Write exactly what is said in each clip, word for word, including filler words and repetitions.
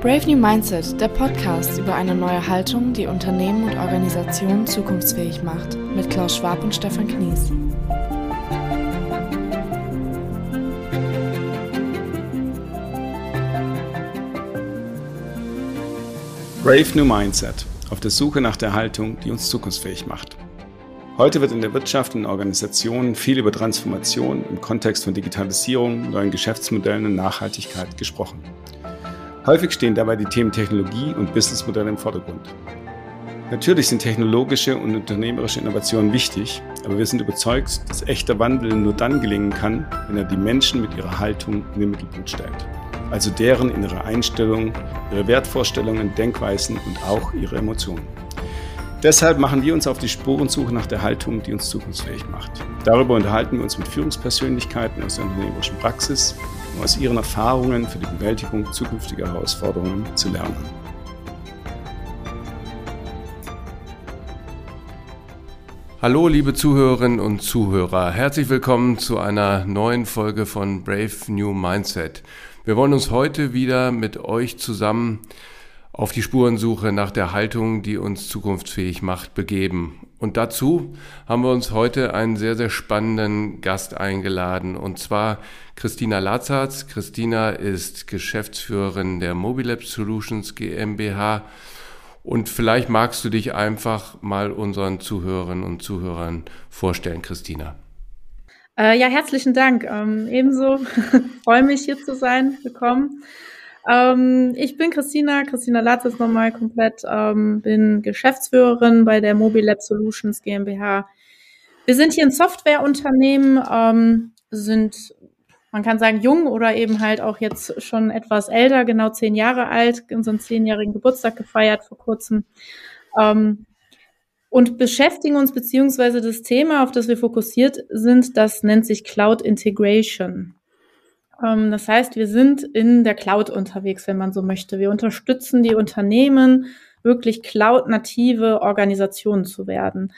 Brave New Mindset, der Podcast über eine neue Haltung, die Unternehmen und Organisationen zukunftsfähig macht, mit Klaus Schwab und Stefan Knies. Brave New Mindset, auf der Suche nach der Haltung, die uns zukunftsfähig macht. Heute wird in der Wirtschaft und in Organisationen viel über Transformation im Kontext von Digitalisierung, neuen Geschäftsmodellen und Nachhaltigkeit gesprochen. Häufig stehen dabei die Themen Technologie und Businessmodelle im Vordergrund. Natürlich sind technologische und unternehmerische Innovationen wichtig, aber wir sind überzeugt, dass echter Wandel nur dann gelingen kann, wenn er die Menschen mit ihrer Haltung in den Mittelpunkt stellt. Also deren innere Einstellung, ihre Wertvorstellungen, Denkweisen und auch ihre Emotionen. Deshalb machen wir uns auf die Spurensuche nach der Haltung, die uns zukunftsfähig macht. Darüber unterhalten wir uns mit Führungspersönlichkeiten aus der unternehmerischen Praxis, um aus ihren Erfahrungen für die Bewältigung zukünftiger Herausforderungen zu lernen. Hallo liebe Zuhörerinnen und Zuhörer, herzlich willkommen zu einer neuen Folge von Brave New Mindset. Wir wollen uns heute wieder mit euch zusammen auf die Spurensuche nach der Haltung, die uns zukunftsfähig macht, begeben. Und dazu haben wir uns heute einen sehr, sehr spannenden Gast eingeladen, und zwar Christina Lazarz. Christina ist Geschäftsführerin der Mobilab Solutions GmbH. Und vielleicht magst du dich einfach mal unseren Zuhörerinnen und Zuhörern vorstellen, Christina. Äh, ja, herzlichen Dank. Ähm, ebenso freue mich, hier zu sein. Willkommen. Ähm, ich bin Christina, Christina Lazarz nochmal komplett, ähm, bin Geschäftsführerin bei der Mobilab Solutions GmbH. Wir sind hier ein Softwareunternehmen, ähm, sind, man kann sagen, jung oder eben halt auch jetzt schon etwas älter, genau zehn Jahre alt, unseren zehnjährigen Geburtstag gefeiert vor kurzem. Ähm, und beschäftigen uns, beziehungsweise das Thema, auf das wir fokussiert sind, das nennt sich Cloud Integration. Das heißt, wir sind in der Cloud unterwegs, wenn man so möchte. Wir unterstützen die Unternehmen, wirklich Cloud-native Organisationen zu werden.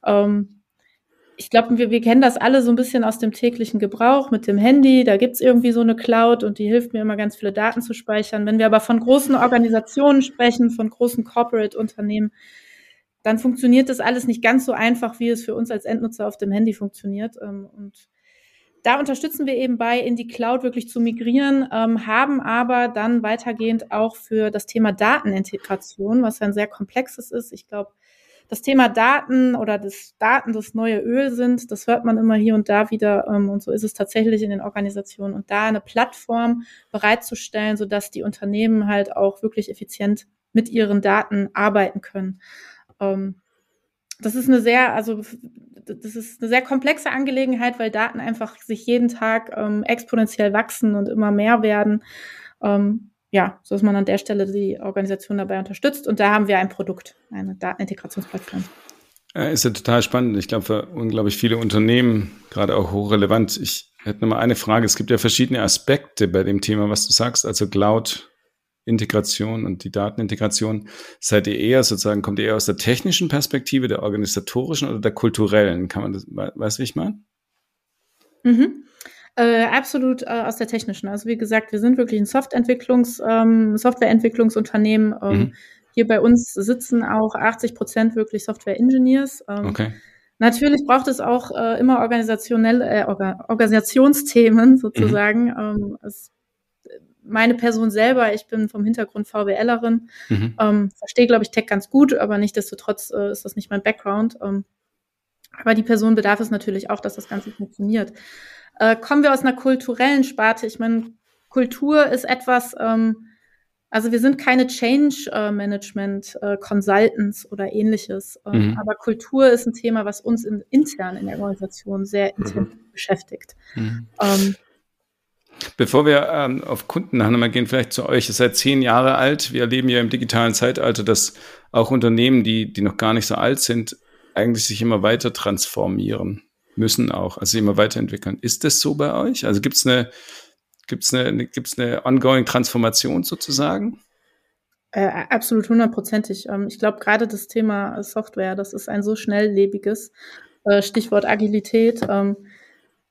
Ich glaube, wir, wir kennen das alle so ein bisschen aus dem täglichen Gebrauch mit dem Handy. Da gibt's irgendwie so eine Cloud und die hilft mir immer, ganz viele Daten zu speichern. Wenn wir aber von großen Organisationen sprechen, von großen Corporate-Unternehmen, dann funktioniert das alles nicht ganz so einfach, wie es für uns als Endnutzer auf dem Handy funktioniert. Und da unterstützen wir eben bei, in die Cloud wirklich zu migrieren, ähm, haben aber dann weitergehend auch für das Thema Datenintegration, was ein sehr komplexes ist. Ich glaube, das Thema Daten oder das Daten das neue Öl sind, das hört man immer hier und da wieder, ähm, und so ist es tatsächlich in den Organisationen. Und da eine Plattform bereitzustellen, sodass die Unternehmen halt auch wirklich effizient mit ihren Daten arbeiten können. Ähm, Das ist eine sehr, also das ist eine sehr komplexe Angelegenheit, weil Daten einfach sich jeden Tag ähm, exponentiell wachsen und immer mehr werden. Ähm, ja, so dass man an der Stelle die Organisation dabei unterstützt. Und da haben wir ein Produkt, eine Datenintegrationsplattform. Ja, ist ja total spannend. Ich glaube, für unglaublich viele Unternehmen gerade auch hochrelevant. Ich hätte noch mal eine Frage. Es gibt ja verschiedene Aspekte bei dem Thema, was du sagst, also Cloud Integration und die Datenintegration. Seid ihr eher sozusagen, kommt ihr eher aus der technischen Perspektive, der organisatorischen oder der kulturellen? Kann man das, weißt du, wie ich meine? Mhm. Äh, absolut äh, aus der technischen. Also wie gesagt, wir sind wirklich ein Softwareentwicklungs, ähm, Softwareentwicklungsunternehmen. Ähm, mhm. Hier bei uns sitzen auch achtzig Prozent wirklich Software-Engineers. Ähm, okay. Natürlich braucht es auch äh, immer organisationelle, äh, Orga- Organisationsthemen sozusagen. Mhm. Ähm, es Meine Person selber, ich bin vom Hintergrund VWLerin, mhm. ähm, verstehe, glaube ich, Tech ganz gut, aber nichtsdestotrotz äh, ist das nicht mein Background. Ähm, aber die Person bedarf es natürlich auch, dass das Ganze funktioniert. Äh, kommen wir aus einer kulturellen Sparte. Ich meine, Kultur ist etwas, ähm, also wir sind keine Change äh, Management äh, Consultants oder ähnliches, ähm, mhm. aber Kultur ist ein Thema, was uns in, intern in der Organisation sehr intensiv mhm. beschäftigt. Mhm. Ähm, Bevor wir ähm, auf Kunden nochmal gehen, vielleicht zu euch. Ihr seid zehn Jahre alt. Wir erleben ja im digitalen Zeitalter, dass auch Unternehmen, die, die noch gar nicht so alt sind, eigentlich sich immer weiter transformieren müssen auch, also immer weiterentwickeln. Ist das so bei euch? Also gibt's eine, gibt's eine, gibt's eine ongoing Transformation sozusagen? Äh, absolut hundertprozentig. Ähm, ich glaube, gerade das Thema Software, das ist ein so schnelllebiges, äh, Stichwort Agilität. Ähm,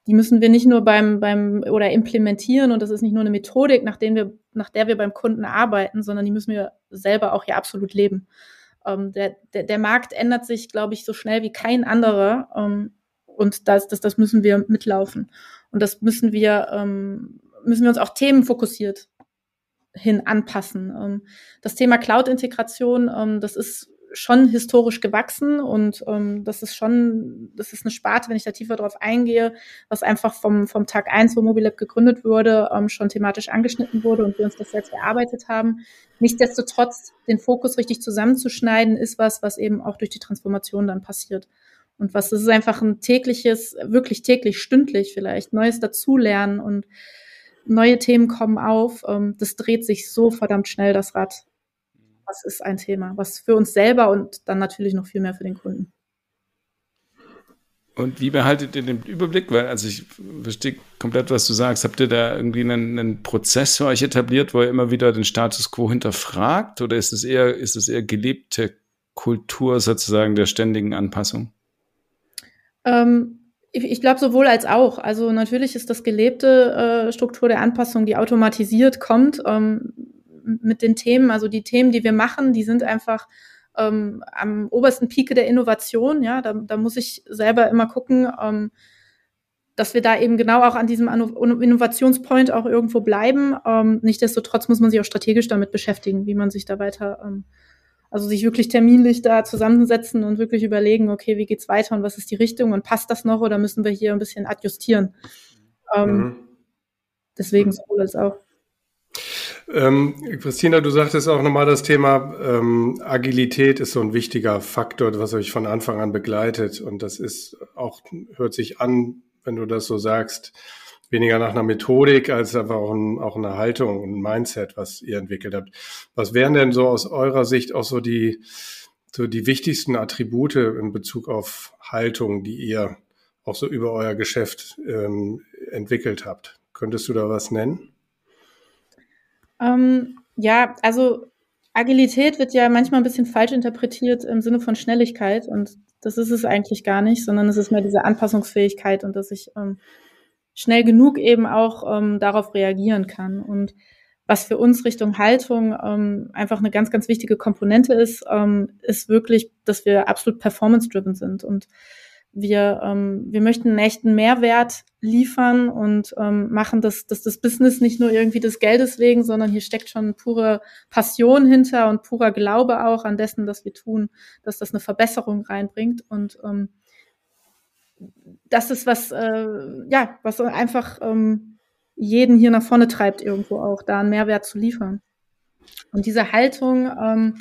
die müssen wir nicht nur beim, beim oder implementieren und das ist nicht nur eine Methodik, nach der wir, nach der wir beim Kunden arbeiten, sondern die müssen wir selber auch ja absolut leben. Ähm, der, der, der Markt ändert sich, glaube ich, so schnell wie kein anderer ähm, und das, das, das müssen wir mitlaufen. Und das müssen wir, ähm, müssen wir uns auch themenfokussiert hin anpassen. Ähm, das Thema Cloud-Integration, ähm, das ist schon historisch gewachsen und ähm, das ist schon, das ist eine Sparte, wenn ich da tiefer drauf eingehe, was einfach vom vom Tag eins, wo Mobilab gegründet wurde, ähm, schon thematisch angeschnitten wurde und wir uns das selbst erarbeitet haben. Nichtsdestotrotz den Fokus richtig zusammenzuschneiden, ist was, was eben auch durch die Transformation dann passiert. Und was, das ist einfach ein tägliches, wirklich täglich, stündlich vielleicht, Neues dazulernen und neue Themen kommen auf. Ähm, das dreht sich so verdammt schnell, das Rad. Das ist ein Thema, was für uns selber und dann natürlich noch viel mehr für den Kunden. Und wie behaltet ihr den Überblick? Weil, also ich verstehe komplett, was du sagst. Habt ihr da irgendwie einen, einen Prozess für euch etabliert, wo ihr immer wieder den Status quo hinterfragt? Oder ist es eher, ist es eher gelebte Kultur sozusagen der ständigen Anpassung? Ähm, ich ich glaube sowohl als auch. Also natürlich ist das gelebte äh, Struktur der Anpassung, die automatisiert kommt, ähm, mit den Themen, also die Themen, die wir machen, die sind einfach ähm, am obersten Pike der Innovation, ja, da, da muss ich selber immer gucken, ähm, dass wir da eben genau auch an diesem Innovationspoint auch irgendwo bleiben. Ähm, nichtsdestotrotz muss man sich auch strategisch damit beschäftigen, wie man sich da weiter, ähm, also sich wirklich terminlich da zusammensetzen und wirklich überlegen, okay, wie geht's weiter und was ist die Richtung und passt das noch oder müssen wir hier ein bisschen adjustieren? Ähm, mhm. Deswegen sowohl als auch. Ähm, Christina, du sagtest auch nochmal das Thema ähm, Agilität ist so ein wichtiger Faktor, was euch von Anfang an begleitet. Und das ist auch, hört sich an, wenn du das so sagst, weniger nach einer Methodik als einfach auch, ein, auch eine Haltung und ein Mindset, was ihr entwickelt habt. Was wären denn so aus eurer Sicht auch so die, so die wichtigsten Attribute in Bezug auf Haltung, die ihr auch so über euer Geschäft ähm, entwickelt habt? Könntest du da was nennen? Ähm, ja, also Agilität wird ja manchmal ein bisschen falsch interpretiert im Sinne von Schnelligkeit und das ist es eigentlich gar nicht, sondern es ist mehr diese Anpassungsfähigkeit und dass ich ähm, schnell genug eben auch ähm, darauf reagieren kann. Und was für uns Richtung Haltung ähm, einfach eine ganz, ganz wichtige Komponente ist, ähm, ist wirklich, dass wir absolut performance-driven sind und wir ähm, wir möchten einen echten Mehrwert liefern und ähm, machen das, das das Business nicht nur irgendwie des Geldes wegen, sondern hier steckt schon pure Passion hinter und purer Glaube auch an dessen, was wir tun, dass das eine Verbesserung reinbringt und ähm, das ist was äh, ja was einfach ähm, jeden hier nach vorne treibt irgendwo auch, da einen Mehrwert zu liefern. Und diese Haltung ähm,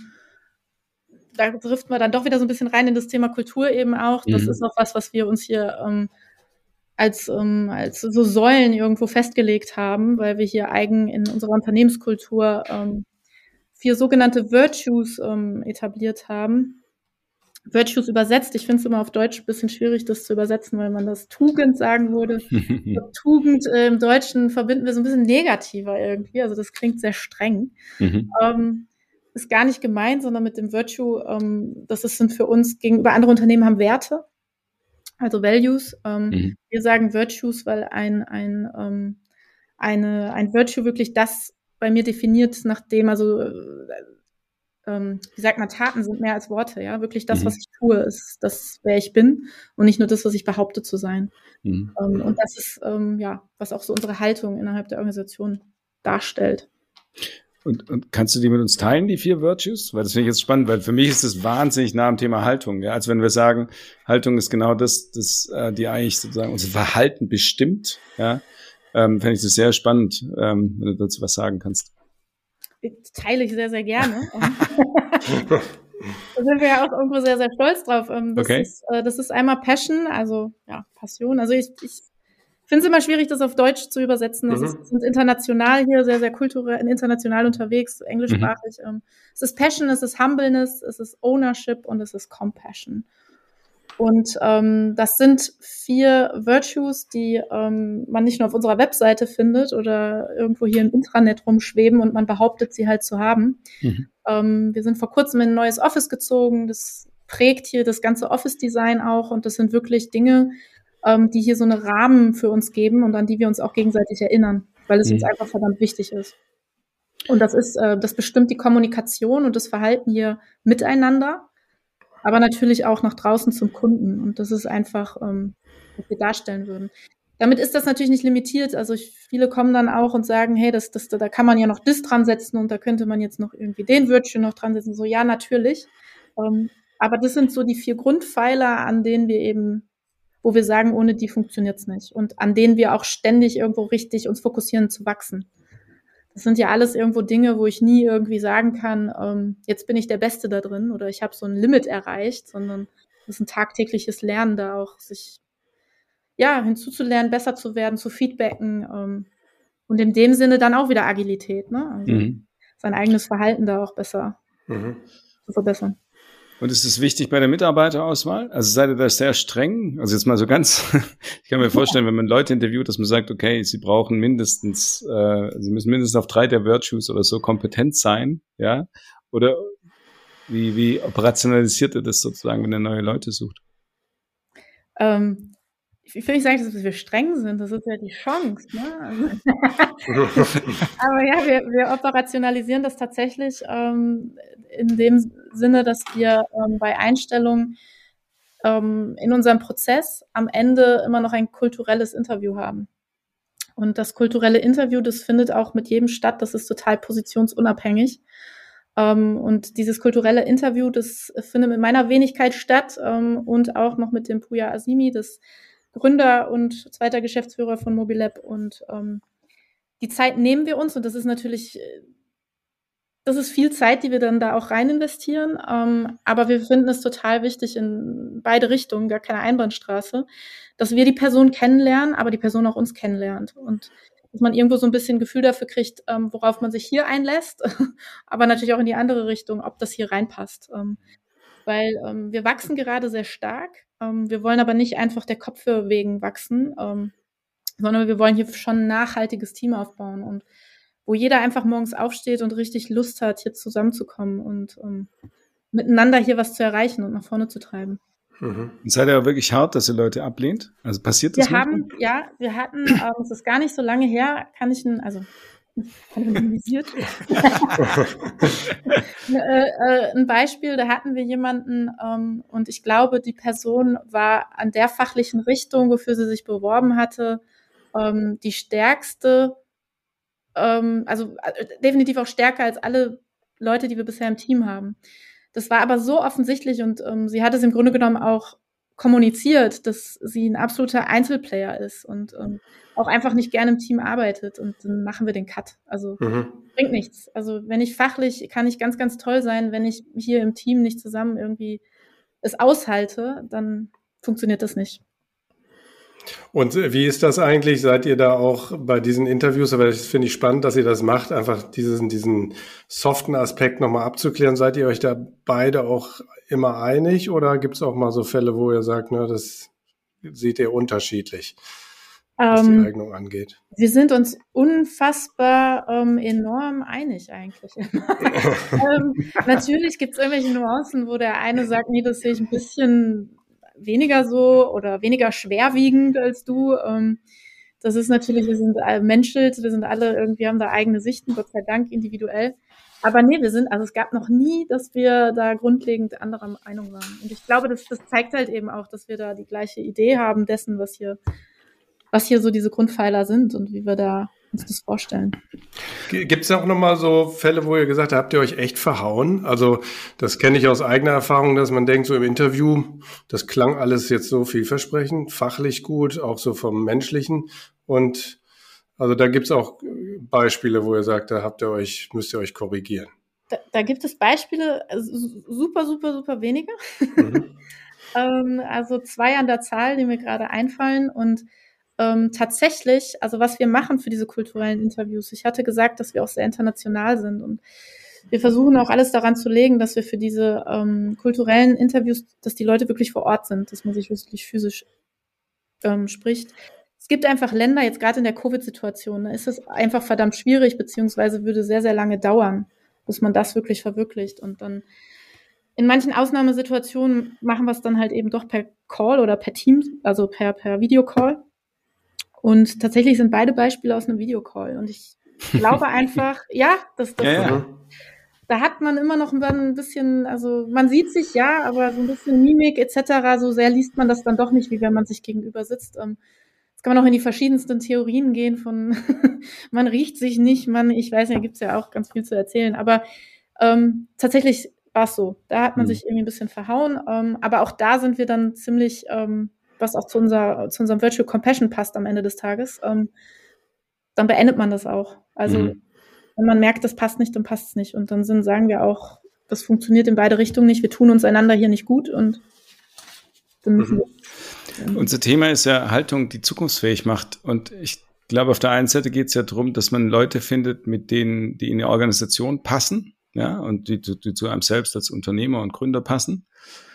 da trifft man dann doch wieder so ein bisschen rein in das Thema Kultur eben auch. Das mhm. ist auch was, was wir uns hier ähm, als ähm, als so Säulen irgendwo festgelegt haben, weil wir hier eigen in unserer Unternehmenskultur ähm, vier sogenannte Virtues ähm, etabliert haben. Virtues übersetzt, ich finde es immer auf Deutsch ein bisschen schwierig, das zu übersetzen, weil man das Tugend sagen würde. Tugend äh, im Deutschen verbinden wir so ein bisschen negativer irgendwie, also das klingt sehr streng. Mhm. Ähm, ist gar nicht gemeint, sondern mit dem Virtue, ähm, das ist, sind für uns gegenüber anderen Unternehmen haben Werte, also Values. Ähm, mhm. Wir sagen Virtues, weil ein ein ähm, eine ein Virtue wirklich das bei mir definiert, nachdem also äh, ähm, wie sagt man, Taten sind mehr als Worte, ja, wirklich das, mhm. was ich tue, ist das, wer ich bin und nicht nur das, was ich behaupte zu sein. Mhm. Ähm, und das ist ähm, ja, was auch so unsere Haltung innerhalb der Organisation darstellt. Und, und kannst du die mit uns teilen, die vier Virtues? Weil das finde ich jetzt spannend, weil für mich ist das wahnsinnig nah am Thema Haltung. Ja, als wenn wir sagen, Haltung ist genau das, das äh, die eigentlich sozusagen unser Verhalten bestimmt. Ja, ähm, finde ich das sehr spannend, ähm, wenn du dazu was sagen kannst. Das teile ich sehr, sehr gerne. Da sind wir ja auch irgendwo sehr, sehr stolz drauf. Das, okay. ist, das ist einmal Passion, also ja, Passion. Also ich, ich finde es immer schwierig, das auf Deutsch zu übersetzen. Das mhm. ist, sind international hier, sehr, sehr kulturell, international unterwegs, englischsprachig. Mhm. Es ist Passion, es ist Humbleness, es ist Ownership und es ist Compassion. Und ähm, das sind vier Virtues, die ähm, man nicht nur auf unserer Webseite findet oder irgendwo hier im Intranet rumschweben und man behauptet, sie halt zu haben. Mhm. Ähm, wir sind vor kurzem in ein neues Office gezogen. Das prägt hier das ganze Office-Design auch und das sind wirklich Dinge, ähm, die hier so eine Rahmen für uns geben und an die wir uns auch gegenseitig erinnern, weil es mhm. uns einfach verdammt wichtig ist. Und das ist, äh, das bestimmt die Kommunikation und das Verhalten hier miteinander, aber natürlich auch nach draußen zum Kunden. Und das ist einfach, ähm, was wir darstellen würden. Damit ist das natürlich nicht limitiert. Also ich, viele kommen dann auch und sagen, hey, das, das, da kann man ja noch das dran setzen und da könnte man jetzt noch irgendwie den Wörtchen noch dran setzen. So, ja, natürlich. Ähm, aber das sind so die vier Grundpfeiler, an denen wir eben, wo wir sagen, ohne die funktioniert's nicht. Und an denen wir auch ständig irgendwo richtig uns fokussieren zu wachsen. Das sind ja alles irgendwo Dinge, wo ich nie irgendwie sagen kann, ähm, jetzt bin ich der Beste da drin oder ich habe so ein Limit erreicht, sondern das ist ein tagtägliches Lernen, da auch sich ja hinzuzulernen, besser zu werden, zu feedbacken ähm, und in dem Sinne dann auch wieder Agilität, ne? Also mhm. sein eigenes Verhalten da auch besser mhm. zu verbessern. Und ist es wichtig bei der Mitarbeiterauswahl? Also seid ihr da sehr streng? Also jetzt mal so ganz, ich kann mir vorstellen, wenn man Leute interviewt, dass man sagt, okay, sie brauchen mindestens, äh, sie müssen mindestens auf drei der Virtues oder so kompetent sein, ja? Oder wie, wie operationalisiert ihr das sozusagen, wenn ihr neue Leute sucht? Ähm, ich will nicht sagen, dass wir streng sind, das ist ja die Chance, ne? Also aber ja, wir, wir operationalisieren das tatsächlich ähm, in dem Sinne, dass wir ähm, bei Einstellungen ähm, in unserem Prozess am Ende immer noch ein kulturelles Interview haben. Und das kulturelle Interview, das findet auch mit jedem statt, das ist total positionsunabhängig. Ähm, und dieses kulturelle Interview, das findet mit meiner Wenigkeit statt ähm, und auch noch mit dem Pooya Azimi, das Gründer und zweiter Geschäftsführer von Mobilab. Und ähm, die Zeit nehmen wir uns und das ist natürlich, das ist viel Zeit, die wir dann da auch rein investieren. Ähm, aber wir finden es total wichtig in beide Richtungen, gar keine Einbahnstraße, dass wir die Person kennenlernen, aber die Person auch uns kennenlernt. Und dass man irgendwo so ein bisschen Gefühl dafür kriegt, ähm, worauf man sich hier einlässt, aber natürlich auch in die andere Richtung, ob das hier reinpasst. Ähm, weil ähm, wir wachsen gerade sehr stark. Ähm, wir wollen aber nicht einfach der Köpfe wegen wachsen, ähm, sondern wir wollen hier schon ein nachhaltiges Team aufbauen und wo jeder einfach morgens aufsteht und richtig Lust hat, hier zusammenzukommen und ähm, miteinander hier was zu erreichen und nach vorne zu treiben. Mhm. Und seid ihr aber wirklich hart, dass ihr Leute ablehnt? Also passiert das Wir haben, ja, wir hatten, ähm, es ist gar nicht so lange her, kann ich, ein, also anonymisiert. äh, äh, ein Beispiel, da hatten wir jemanden ähm, und ich glaube, die Person war an der fachlichen Richtung, wofür sie sich beworben hatte, ähm, die stärkste, ähm, also äh, definitiv auch stärker als alle Leute, die wir bisher im Team haben. Das war aber so offensichtlich und ähm, sie hat es im Grunde genommen auch kommuniziert, dass sie ein absoluter Einzelplayer ist und ähm, auch einfach nicht gerne im Team arbeitet und dann machen wir den Cut. Also mhm. bringt nichts. Also wenn ich fachlich, kann ich ganz, ganz toll sein, wenn ich hier im Team nicht zusammen irgendwie es aushalte, dann funktioniert das nicht. Und wie ist das eigentlich? Seid ihr da auch bei diesen Interviews, aber das finde ich spannend, dass ihr das macht, einfach diesen, diesen soften Aspekt nochmal abzuklären. Seid ihr euch da beide auch immer einig oder gibt es auch mal so Fälle, wo ihr sagt, ne, das seht ihr unterschiedlich, was um, die Eignung angeht? Wir sind uns unfassbar ähm, enorm einig eigentlich. ähm, natürlich gibt es irgendwelche Nuancen, wo der eine sagt, nee, das sehe ich ein bisschen weniger so oder weniger schwerwiegend als du. Ähm, das ist natürlich, wir sind alle menschelt, wir sind alle irgendwie, haben da eigene Sichten, Gott sei Dank individuell. Aber nee, wir sind, also es gab noch nie, dass wir da grundlegend anderer Meinung waren. Und ich glaube, das, das zeigt halt eben auch, dass wir da die gleiche Idee haben dessen, was hier, was hier so diese Grundpfeiler sind und wie wir da uns das vorstellen. Gibt es auch nochmal so Fälle, wo ihr gesagt habt, habt ihr euch echt verhauen? Also das kenne ich aus eigener Erfahrung, dass man denkt, so im Interview, das klang alles jetzt so vielversprechend, fachlich gut, auch so vom Menschlichen. Und also da gibt es auch Beispiele, wo ihr sagt, da habt ihr euch, müsst ihr euch korrigieren. Da, da gibt es Beispiele, also super, super, super wenige. Mhm. ähm, also zwei an der Zahl, die mir gerade einfallen. Und Ähm, tatsächlich, also was wir machen für diese kulturellen Interviews, ich hatte gesagt, dass wir auch sehr international sind und wir versuchen auch alles daran zu legen, dass wir für diese ähm, kulturellen Interviews, dass die Leute wirklich vor Ort sind, dass man sich wirklich physisch ähm, spricht. Es gibt einfach Länder, jetzt gerade in der Covid-Situation, da ist es einfach verdammt schwierig, beziehungsweise würde sehr, sehr lange dauern, bis man das wirklich verwirklicht und dann in manchen Ausnahmesituationen machen wir es dann halt eben doch per Call oder per Teams, also per, per Videocall. Und tatsächlich sind beide Beispiele aus einem Videocall. Und ich glaube einfach, ja, das, das ja, ja. da hat man immer noch ein bisschen, also man sieht sich ja, aber so ein bisschen Mimik et cetera, so sehr liest man das dann doch nicht, wie wenn man sich gegenüber sitzt. Ähm, jetzt kann man auch in die verschiedensten Theorien gehen von man riecht sich nicht, man, ich weiß nicht, da gibt's ja auch ganz viel zu erzählen, aber ähm, tatsächlich war es so. Da hat man mhm. sich irgendwie ein bisschen verhauen, ähm, aber auch da sind wir dann ziemlich, ähm, was auch zu, unser, zu unserem Virtual Compassion passt am Ende des Tages, ähm, dann beendet man das auch. Also mhm. wenn man merkt, das passt nicht, dann passt es nicht. Und dann sind, sagen wir auch, das funktioniert in beide Richtungen nicht, wir tun uns einander hier nicht gut und dann müssen mhm. wir. Ähm, Unser Thema ist ja Haltung, die zukunftsfähig macht. Und ich glaube, auf der einen Seite geht es ja darum, dass man Leute findet, mit denen, die in eine Organisation passen, ja, und die, die, die zu einem selbst als Unternehmer und Gründer passen.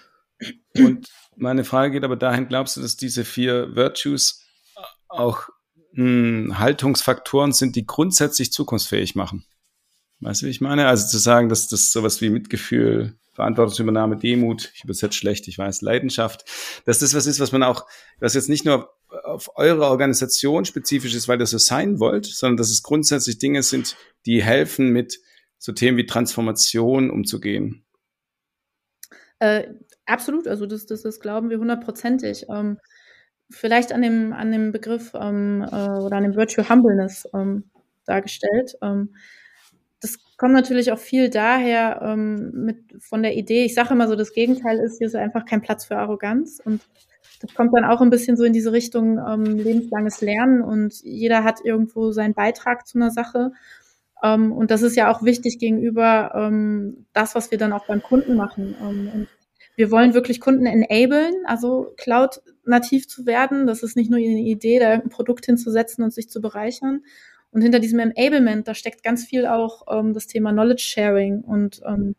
Und meine Frage geht aber dahin, glaubst du, dass diese vier Virtues auch mh, Haltungsfaktoren sind, die grundsätzlich zukunftsfähig machen? Weißt du, wie ich meine? Also zu sagen, dass das sowas wie Mitgefühl, Verantwortungsübernahme, Demut, ich übersetze schlecht, ich weiß, Leidenschaft, dass das was ist, was man auch, was jetzt nicht nur auf eure Organisation spezifisch ist, weil ihr so sein wollt, sondern dass es grundsätzlich Dinge sind, die helfen, mit so Themen wie Transformation umzugehen. Äh, absolut, also das, das, das glauben wir hundertprozentig. Ähm, vielleicht an dem, an dem Begriff ähm, äh, oder an dem Virtual Humbleness ähm, dargestellt. Ähm, das kommt natürlich auch viel daher ähm, mit von der Idee, ich sage immer so, das Gegenteil ist, hier ist einfach kein Platz für Arroganz, und das kommt dann auch ein bisschen so in diese Richtung ähm, lebenslanges Lernen, und jeder hat irgendwo seinen Beitrag zu einer Sache. Um, und das ist ja auch wichtig gegenüber um, das, was wir dann auch beim Kunden machen. Um, und wir wollen wirklich Kunden enablen, also Cloud-nativ zu werden. Das ist nicht nur eine Idee, da irgendein Produkt hinzusetzen und sich zu bereichern. Und hinter diesem Enablement, da steckt ganz viel auch um, das Thema Knowledge Sharing und um,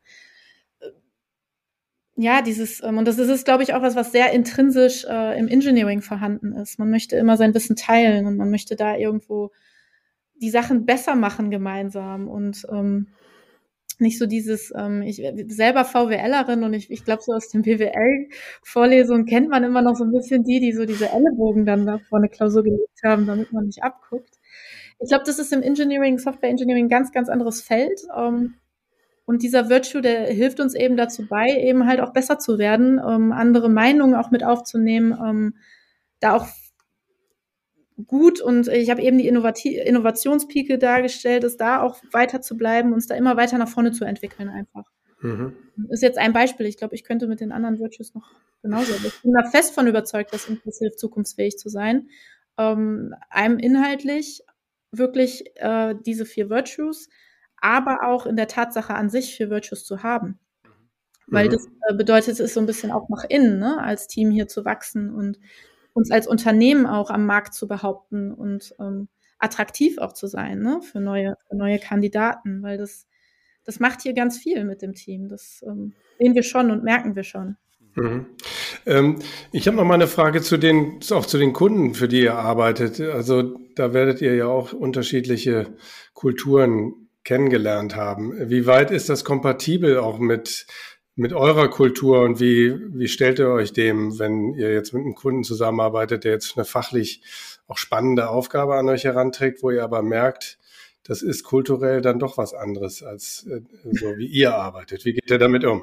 ja, dieses, um, und das ist, glaube ich, auch was, was sehr intrinsisch uh, im Engineering vorhanden ist. Man möchte immer sein Wissen teilen und man möchte da irgendwo die Sachen besser machen gemeinsam und ähm, nicht so dieses, ähm, ich selber VWLerin und ich, ich glaube so aus den B W L-Vorlesungen kennt man immer noch so ein bisschen die, die so diese Ellenbogen dann da vor eine Klausur gelegt haben, damit man nicht abguckt. Ich glaube, das ist im Engineering, Software Engineering ein ganz, ganz anderes Feld ähm, und dieser Virtue, der hilft uns eben dazu bei, eben halt auch besser zu werden, ähm, andere Meinungen auch mit aufzunehmen, ähm, da auch gut, und ich habe eben die Innovati- Innovationspike dargestellt, ist da auch weiter zu bleiben, uns da immer weiter nach vorne zu entwickeln einfach. Mhm. Ist jetzt ein Beispiel. Ich glaube, ich könnte mit den anderen Virtues noch genauso. Aber ich bin da fest von überzeugt, dass uns das hilft, zukunftsfähig zu sein. Ähm, einem inhaltlich wirklich äh, diese vier Virtues, aber auch in der Tatsache an sich vier Virtues zu haben. Weil mhm. das äh, bedeutet, es ist so ein bisschen auch nach innen, ne, als Team hier zu wachsen und uns als Unternehmen auch am Markt zu behaupten und ähm, attraktiv auch zu sein, ne, für neue, für neue Kandidaten, weil das, das macht hier ganz viel mit dem Team. Das ähm, sehen wir schon und merken wir schon. Mhm. Ähm, ich habe noch mal eine Frage zu den, auch zu den Kunden, für die ihr arbeitet. Also da werdet ihr ja auch unterschiedliche Kulturen kennengelernt haben. Wie weit ist das kompatibel auch mit mit eurer Kultur, und wie, wie stellt ihr euch dem, wenn ihr jetzt mit einem Kunden zusammenarbeitet, der jetzt eine fachlich auch spannende Aufgabe an euch heranträgt, wo ihr aber merkt, das ist kulturell dann doch was anderes als äh, so wie ihr arbeitet. Wie geht ihr damit um?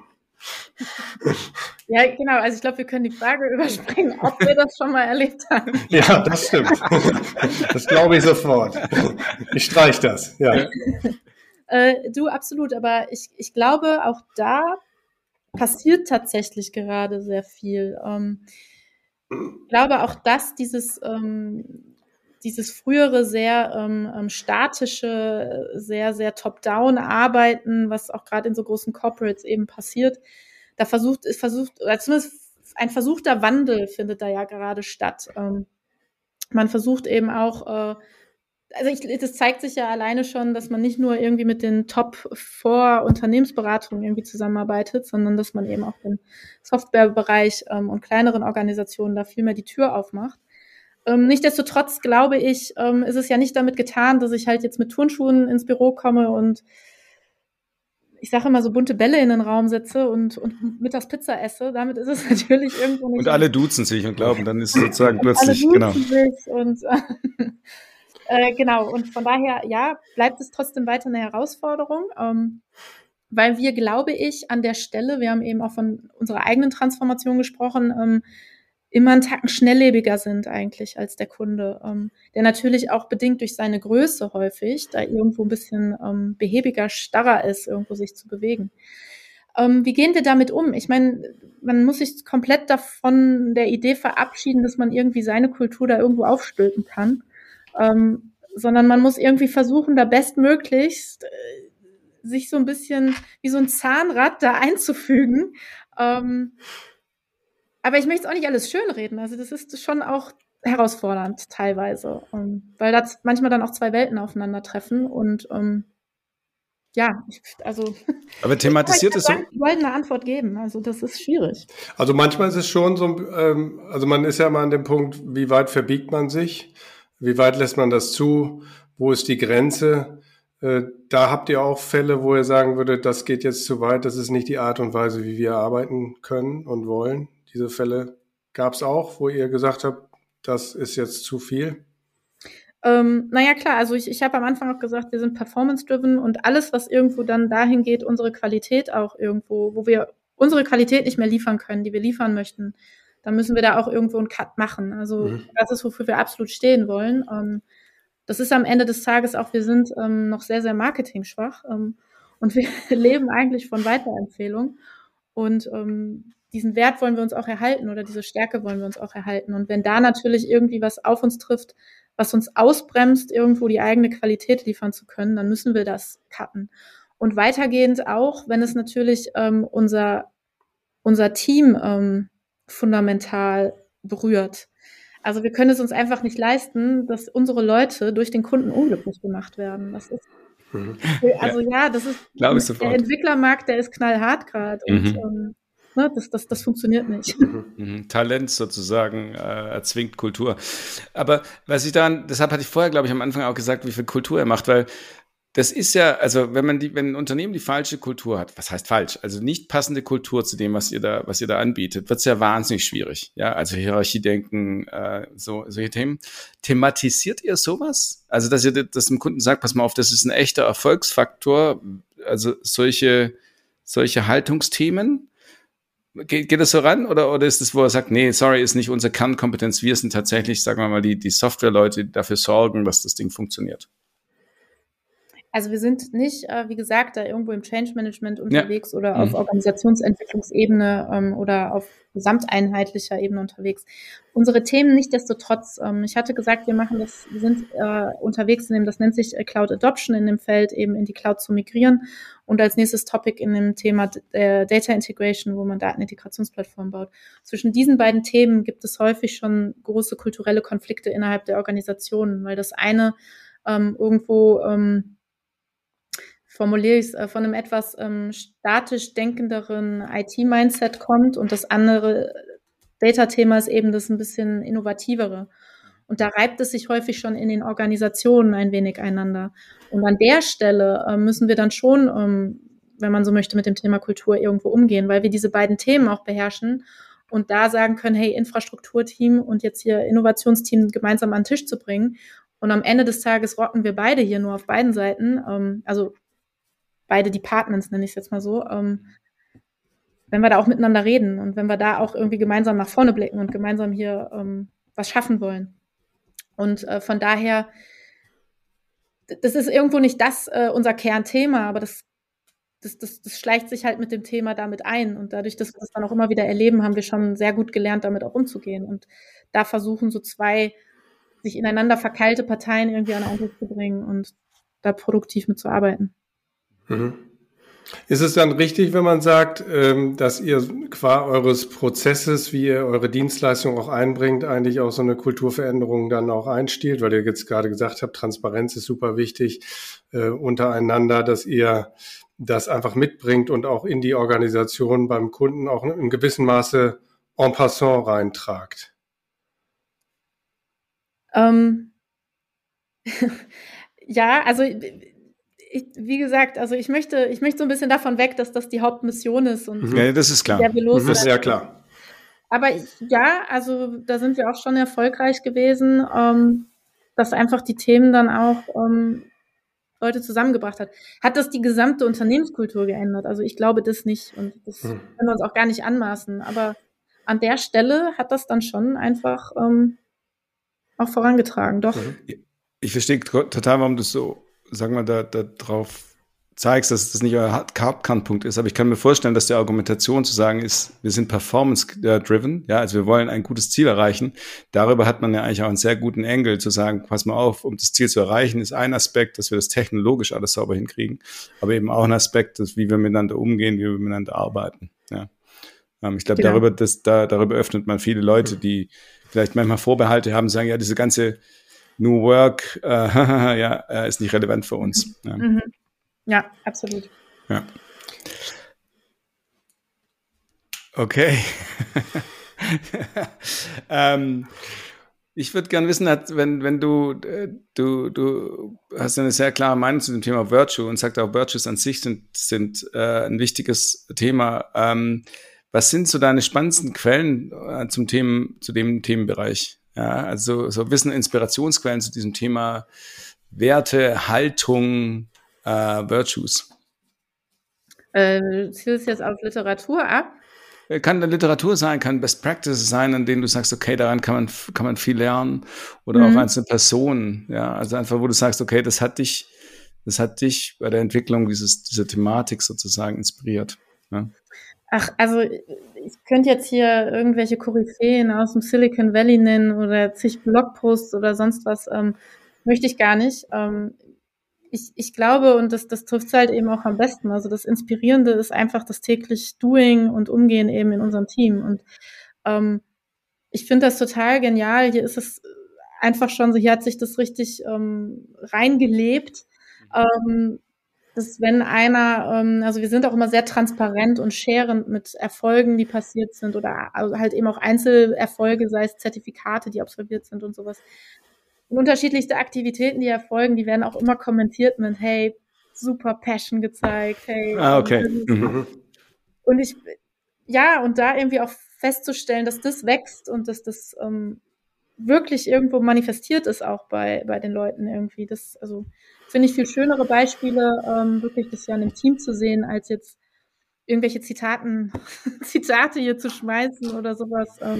Ja, genau. Also ich glaube, wir können die Frage überspringen, ob wir das schon mal erlebt haben. Ja, das stimmt. Das glaube ich sofort. Ich streich das, ja. Äh, du, absolut. Aber ich, ich glaube, auch da passiert tatsächlich gerade sehr viel. Ähm, ich glaube auch, dass dieses, ähm, dieses frühere sehr ähm, statische, sehr, sehr top-down Arbeiten, was auch gerade in so großen Corporates eben passiert, da versucht, versucht, oder zumindest ein versuchter Wandel findet da ja gerade statt. Ähm, man versucht eben auch, äh, also ich, das zeigt sich ja alleine schon, dass man nicht nur irgendwie mit den Top vier Unternehmensberatungen irgendwie zusammenarbeitet, sondern dass man eben auch im Softwarebereich ähm, und kleineren Organisationen da viel mehr die Tür aufmacht. Ähm, nichtsdestotrotz glaube ich, ähm, ist es ja nicht damit getan, dass ich halt jetzt mit Turnschuhen ins Büro komme und ich sage immer, so bunte Bälle in den Raum setze und, und mittags Pizza esse, damit ist es natürlich irgendwo nicht. Und alle duzen sich und glauben, dann ist es sozusagen plötzlich, alle duzen genau. Sich und äh, genau, und von daher, ja, bleibt es trotzdem weiter eine Herausforderung, ähm, weil wir, glaube ich, an der Stelle, wir haben eben auch von unserer eigenen Transformation gesprochen, ähm, immer einen Tacken schnelllebiger sind eigentlich als der Kunde, ähm, der natürlich auch bedingt durch seine Größe häufig da irgendwo ein bisschen ähm, behäbiger, starrer ist, irgendwo sich zu bewegen. Ähm, wie gehen wir damit um? Ich meine, man muss sich komplett davon der Idee verabschieden, dass man irgendwie seine Kultur da irgendwo aufstülpen kann, ähm, sondern man muss irgendwie versuchen, da bestmöglichst äh, sich so ein bisschen wie so ein Zahnrad da einzufügen. Ähm, Aber ich möchte es auch nicht alles schönreden. Also das ist schon auch herausfordernd teilweise, um, weil da manchmal dann auch zwei Welten aufeinandertreffen und um, ja, ich, also aber thematisiert es so? Ich wollte eine Antwort geben, also das ist schwierig. Also manchmal ist es schon so, ähm, also man ist ja mal an dem Punkt, wie weit verbiegt man sich, wie weit lässt man das zu, wo ist die Grenze? Äh, da habt ihr auch Fälle, wo ihr sagen würdet, das geht jetzt zu weit, das ist nicht die Art und Weise, wie wir arbeiten können und wollen. Diese Fälle gab es auch, wo ihr gesagt habt, das ist jetzt zu viel? Ähm, naja, klar, also ich, ich habe am Anfang auch gesagt, wir sind performance-driven und alles, was irgendwo dann dahin geht, unsere Qualität auch irgendwo, wo wir unsere Qualität nicht mehr liefern können, die wir liefern möchten, dann müssen wir da auch irgendwo einen Cut machen. Also mhm. das ist, wofür wir absolut stehen wollen. Ähm, das ist am Ende des Tages auch, wir sind ähm, noch sehr, sehr marketing-schwach ähm, und wir leben eigentlich von Weiterempfehlung und ähm, diesen Wert wollen wir uns auch erhalten oder diese Stärke wollen wir uns auch erhalten. Und wenn da natürlich irgendwie was auf uns trifft, was uns ausbremst, irgendwo die eigene Qualität liefern zu können, dann müssen wir das cutten. Und weitergehend auch, wenn es natürlich ähm, unser, unser Team ähm, fundamental berührt. Also wir können es uns einfach nicht leisten, dass unsere Leute durch den Kunden unglücklich gemacht werden. Das ist also ja, das ist der Entwicklermarkt, der ist knallhart gerade und mhm. ähm, ne, das, das, das funktioniert nicht. Mhm. Talent sozusagen äh, erzwingt Kultur. Aber was ich dann, deshalb hatte ich vorher, glaube ich, am Anfang auch gesagt, wie viel Kultur er macht, weil das ist ja, also wenn man die, wenn ein Unternehmen die falsche Kultur hat, was heißt falsch? Also nicht passende Kultur zu dem, was ihr da, was ihr da anbietet, wird es ja wahnsinnig schwierig. Ja, also Hierarchiedenken, äh, so solche Themen. Thematisiert ihr sowas? Also dass ihr das dem Kunden sagt, pass mal auf, das ist ein echter Erfolgsfaktor. Also solche solche Haltungsthemen. Geht, geht das so ran oder oder ist es, wo er sagt, nee, sorry, ist nicht unsere Kernkompetenz. Wir sind tatsächlich, sagen wir mal, die die Softwareleute, die dafür sorgen, dass das Ding funktioniert. Also wir sind nicht, äh, wie gesagt, da irgendwo im Change Management unterwegs ja. oder mhm. auf Organisationsentwicklungsebene ähm, oder auf gesamteinheitlicher Ebene unterwegs. Unsere Themen nichtsdestotrotz, ähm, ich hatte gesagt, wir machen das, wir sind äh, unterwegs in dem, das nennt sich äh, Cloud Adoption, in dem Feld eben in die Cloud zu migrieren und als nächstes Topic in dem Thema äh, Data Integration, wo man Datenintegrationsplattformen baut. Zwischen diesen beiden Themen gibt es häufig schon große kulturelle Konflikte innerhalb der Organisationen, weil das eine ähm, irgendwo ähm, formuliere ich es, äh, von einem etwas ähm, statisch denkenderen I T-Mindset kommt und das andere Data-Thema ist eben das ein bisschen innovativere. Und da reibt es sich häufig schon in den Organisationen ein wenig einander. Und an der Stelle äh, müssen wir dann schon, ähm, wenn man so möchte, mit dem Thema Kultur irgendwo umgehen, weil wir diese beiden Themen auch beherrschen und da sagen können, hey, Infrastrukturteam und jetzt hier Innovationsteam gemeinsam an den Tisch zu bringen. Und am Ende des Tages rocken wir beide hier nur auf beiden Seiten, ähm, also beide Departments, nenne ich es jetzt mal so, ähm, wenn wir da auch miteinander reden und wenn wir da auch irgendwie gemeinsam nach vorne blicken und gemeinsam hier ähm, was schaffen wollen. Und äh, von daher, das ist irgendwo nicht das äh, unser Kernthema, aber das, das, das, das schleicht sich halt mit dem Thema damit ein. Und dadurch, dass wir das dann auch immer wieder erleben, haben wir schon sehr gut gelernt, damit auch umzugehen. Und da versuchen so zwei sich ineinander verkeilte Parteien irgendwie an einen Tisch zu bringen und da produktiv mitzuarbeiten. Mhm. Ist es dann richtig, wenn man sagt, dass ihr qua eures Prozesses, wie ihr eure Dienstleistung auch einbringt, eigentlich auch so eine Kulturveränderung dann auch einstiehlt, weil ihr jetzt gerade gesagt habt, Transparenz ist super wichtig äh, untereinander, dass ihr das einfach mitbringt und auch in die Organisation beim Kunden auch in gewissem Maße en passant reintragt? Ähm, ja, also ich, wie gesagt, also ich möchte, ich möchte so ein bisschen davon weg, dass das die Hauptmission ist und ja, das ist klar. der wir los Das ist ja klar. Aber ich, ja, also da sind wir auch schon erfolgreich gewesen, ähm, dass einfach die Themen dann auch ähm, Leute zusammengebracht hat. Hat das die gesamte Unternehmenskultur geändert? Also ich glaube das nicht und das Hm. können wir uns auch gar nicht anmaßen. Aber an der Stelle hat das dann schon einfach ähm, auch vorangetragen, doch. Ich verstehe total, warum du so, sagen wir, da, da drauf zeigst, dass das nicht euer Hauptkernpunkt ist, aber ich kann mir vorstellen, dass die Argumentation zu sagen ist, wir sind performance-driven, ja, also wir wollen ein gutes Ziel erreichen. Darüber hat man ja eigentlich auch einen sehr guten Angle zu sagen, pass mal auf, um das Ziel zu erreichen, ist ein Aspekt, dass wir das technologisch alles sauber hinkriegen, aber eben auch ein Aspekt, dass, wie wir miteinander umgehen, wie wir miteinander arbeiten, ja. Ähm, ich glaube, Genau. darüber, das, da, darüber öffnet man viele Leute, die vielleicht manchmal Vorbehalte haben, sagen, ja, diese ganze New Work, äh, ja, äh, ist nicht relevant für uns. Ja, Mhm. Ja, absolut. ja. Okay. ähm, ich würde gerne wissen, wenn, wenn du, äh, du, du hast eine sehr klare Meinung zu dem Thema Virtue und sagst auch, Virtues an sich sind, sind äh, ein wichtiges Thema. Ähm, was sind so deine spannendsten Quellen äh, zum Themen, zu dem Themenbereich? Ja, also so Wissen, Inspirationsquellen zu diesem Thema Werte, Haltung, äh, Virtues. Äh, zielst jetzt auf Literatur ab? Kann eine Literatur sein, kann Best Practices sein, an denen du sagst, okay, daran kann man, kann man viel lernen. Oder Mhm. auch einzelne Personen. Ja, also einfach, wo du sagst, okay, das hat dich, das hat dich bei der Entwicklung dieses, dieser Thematik sozusagen inspiriert. Ja. Ach, also ich könnte jetzt hier irgendwelche Koryphäen aus dem Silicon Valley nennen oder zig Blogposts oder sonst was, ähm, möchte ich gar nicht. Ähm, ich, ich glaube, und das, das trifft halt eben auch am besten, also das Inspirierende ist einfach das täglich Doing und Umgehen eben in unserem Team. Und ähm, ich finde das total genial. Hier ist es einfach schon so, hier hat sich das richtig ähm, reingelebt. Ähm, dass wenn einer, ähm, also wir sind auch immer sehr transparent und sharend mit Erfolgen, die passiert sind oder also halt eben auch Einzelerfolge, sei es Zertifikate, die absolviert sind und sowas. Und unterschiedlichste Aktivitäten, die erfolgen, die werden auch immer kommentiert mit, hey, super Passion gezeigt, hey. Ah, okay. Mhm. Und ich, ja, und da irgendwie auch festzustellen, dass das wächst und dass das ähm, wirklich irgendwo manifestiert ist auch bei, bei den Leuten irgendwie. Das, also, finde ich viel schönere Beispiele, ähm, wirklich das ja in einem Team zu sehen, als jetzt irgendwelche Zitaten, Zitate hier zu schmeißen oder sowas. Ähm,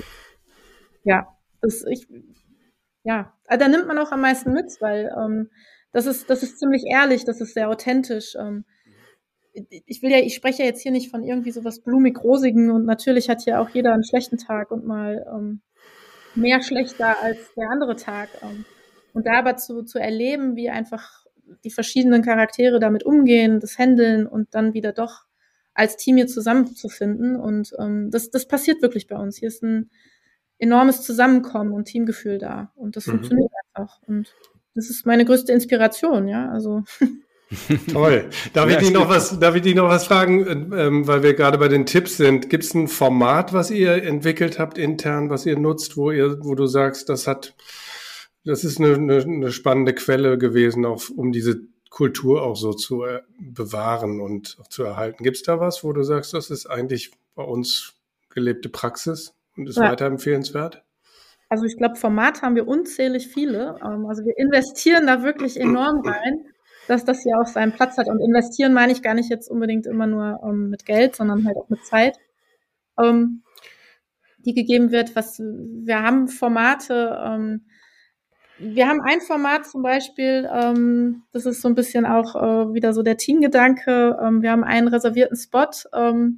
ja, das, ich, ja, also da nimmt man auch am meisten mit, weil ähm, das ist, das ist ziemlich ehrlich, das ist sehr authentisch. Ähm, ich will ja, ich spreche ja jetzt hier nicht von irgendwie sowas blumig-rosigen und natürlich hat hier auch jeder einen schlechten Tag und mal ähm, mehr schlechter als der andere Tag. Ähm, und da aber zu, zu erleben, wie einfach die verschiedenen Charaktere damit umgehen, das handeln und dann wieder doch als Team hier zusammenzufinden. Und ähm, das, das passiert wirklich bei uns. Hier ist ein enormes Zusammenkommen und Teamgefühl da. Und das Mhm. funktioniert einfach. Und das ist meine größte Inspiration, ja. Also Toll. Darf Ja, ich dich noch stimmt. was, darf ich dich noch was fragen, ähm, weil wir gerade bei den Tipps sind. Gibt es ein Format, was ihr entwickelt habt intern, was ihr nutzt, wo ihr, wo du sagst, das hat, das ist eine, eine, eine spannende Quelle gewesen, auch um diese Kultur auch so zu äh, bewahren und auch zu erhalten. Gibt es da was, wo du sagst, das ist eigentlich bei uns gelebte Praxis und ist Ja. weiter empfehlenswert? Also ich glaube, Format haben wir unzählig viele. Ähm, also wir investieren da wirklich enorm rein, dass das hier auch seinen Platz hat. Und investieren meine ich gar nicht jetzt unbedingt immer nur ähm, mit Geld, sondern halt auch mit Zeit, ähm, die gegeben wird. Was wir haben Formate. Ähm, wir haben ein Format zum Beispiel. Ähm, das ist so ein bisschen auch äh, wieder so der Teamgedanke. Ähm, wir haben einen reservierten Spot ähm,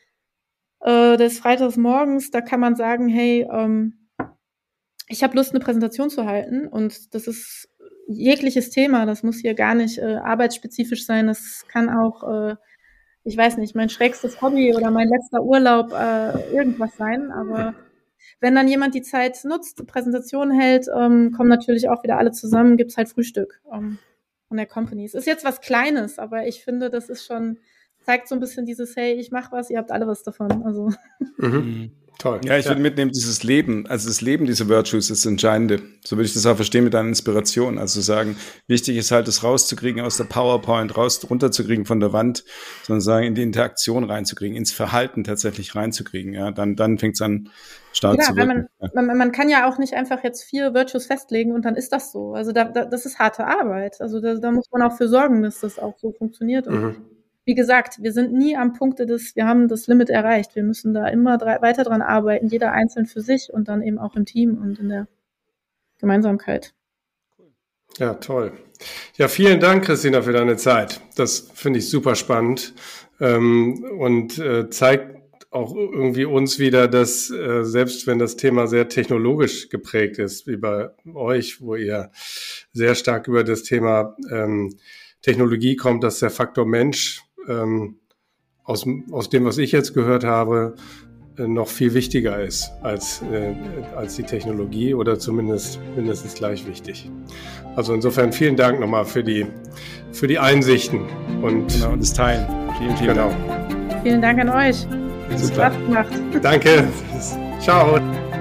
äh, des Freitags morgens. Da kann man sagen, hey, ähm, ich habe Lust, eine Präsentation zu halten und das ist jegliches Thema. Das muss hier gar nicht äh, arbeitsspezifisch sein. Das kann auch, äh, ich weiß nicht, mein schrägstes Hobby oder mein letzter Urlaub äh, irgendwas sein. Aber wenn dann jemand die Zeit nutzt, eine Präsentation hält, ähm, kommen natürlich auch wieder alle zusammen, gibt's halt Frühstück ähm, von der Company. Es ist jetzt was Kleines, aber ich finde, das ist schon, zeigt so ein bisschen dieses, hey, ich mache was, ihr habt alle was davon. Also Mhm. Toll. Ja, ich würde ja. mitnehmen, dieses Leben, also das Leben dieser Virtues ist das Entscheidende. So würde ich das auch verstehen mit deiner Inspiration. Also sagen, wichtig ist halt, das rauszukriegen aus der PowerPoint, raus, runterzukriegen von der Wand, sondern sagen, in die Interaktion reinzukriegen, ins Verhalten tatsächlich reinzukriegen. Ja, dann, dann fängt es an, stark ja, zu wirken. Man, ja. man, man kann ja auch nicht einfach jetzt vier Virtues festlegen und dann ist das so. Also da, da, das ist harte Arbeit. Also da, da muss man auch für sorgen, dass das auch so funktioniert. Und mhm. wie gesagt, wir sind nie am Punkte des, wir haben das Limit erreicht. Wir müssen da immer drei, weiter dran arbeiten, jeder einzeln für sich und dann eben auch im Team und in der Gemeinsamkeit. Ja, toll. Ja, vielen Dank, Christina, für deine Zeit. Das finde ich super spannend ähm, und äh, zeigt auch irgendwie uns wieder, dass äh, selbst wenn das Thema sehr technologisch geprägt ist, wie bei euch, wo ihr sehr stark über das Thema ähm, Technologie kommt, dass der Faktor Mensch ähm, aus, aus dem, was ich jetzt gehört habe, äh, noch viel wichtiger ist als, äh, als die Technologie oder zumindest mindestens gleich wichtig. Also insofern vielen Dank nochmal für die, für die Einsichten und, genau, und das Teilen. Vielen, vielen genau. Dank. Vielen Dank an euch. Es hat Spaß gemacht. Danke. Ciao.